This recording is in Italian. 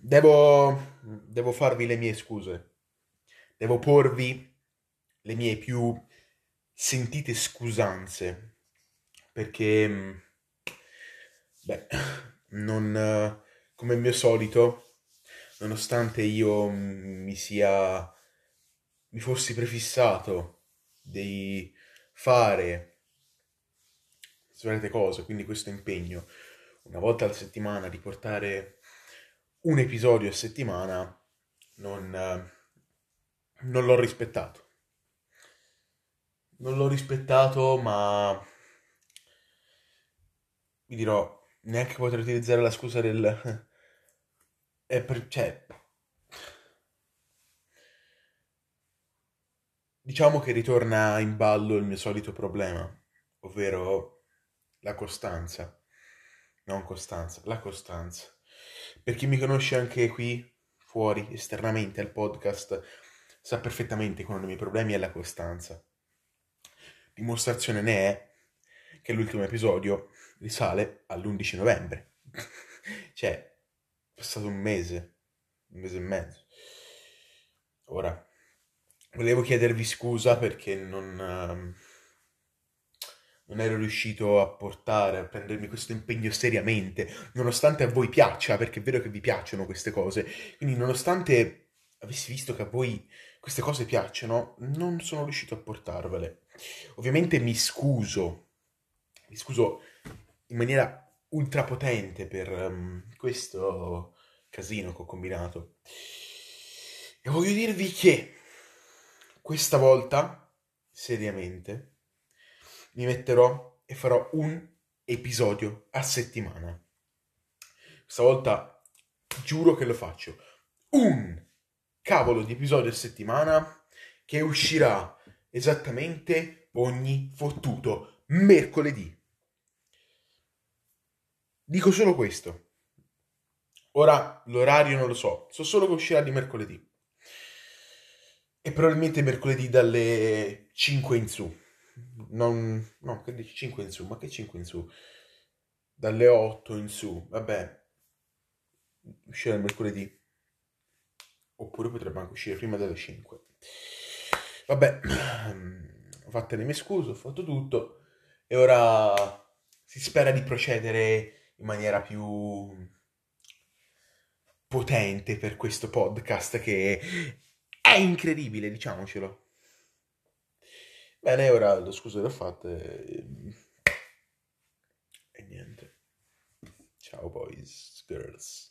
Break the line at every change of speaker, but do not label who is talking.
devo farvi le mie scuse. Devo porvi le mie più sentite scusanze. Perché, beh, non, come al mio solito, nonostante io mi fossi prefissato di fare svariate cose, quindi questo impegno, una volta alla settimana, di portare un episodio a settimana, non l'ho rispettato. Non l'ho rispettato, ma vi dirò, neanche potrei utilizzare la scusa del... cioè, diciamo che ritorna in ballo il mio solito problema, ovvero la costanza. Non costanza, la costanza. Per chi mi conosce anche qui, fuori, esternamente al podcast, sa perfettamente che uno dei miei problemi è la costanza. Dimostrazione ne è che l'ultimo episodio risale all'11 novembre. Cioè, è passato un mese e mezzo. Ora, volevo chiedervi scusa perché non ero riuscito a prendermi questo impegno seriamente, nonostante a voi piaccia, perché è vero che vi piacciono queste cose. Quindi, nonostante avessi visto che a voi queste cose piacciono, non sono riuscito a portarvele. Ovviamente mi scuso in maniera ultrapotente per questo casino che ho combinato. E voglio dirvi che questa volta, seriamente, mi metterò e farò un episodio a settimana. Stavolta giuro che lo faccio. Un cavolo di episodio a settimana che uscirà esattamente ogni fottuto mercoledì. Dico solo questo. Ora l'orario non lo so solo che uscirà di mercoledì. E probabilmente mercoledì dalle 5 in su. No, che dici 5 in su? Ma che 5 in su? Dalle 8 in su. Vabbè, uscirà il mercoledì. Oppure potrebbe anche uscire prima delle 5. Vabbè, ho fatto le mie scuse, ho fatto tutto. E ora si spera di procedere in maniera più potente per questo podcast che è incredibile, diciamocelo. Bene, ora le scuse le ho fatte e niente. Ciao boys, girls.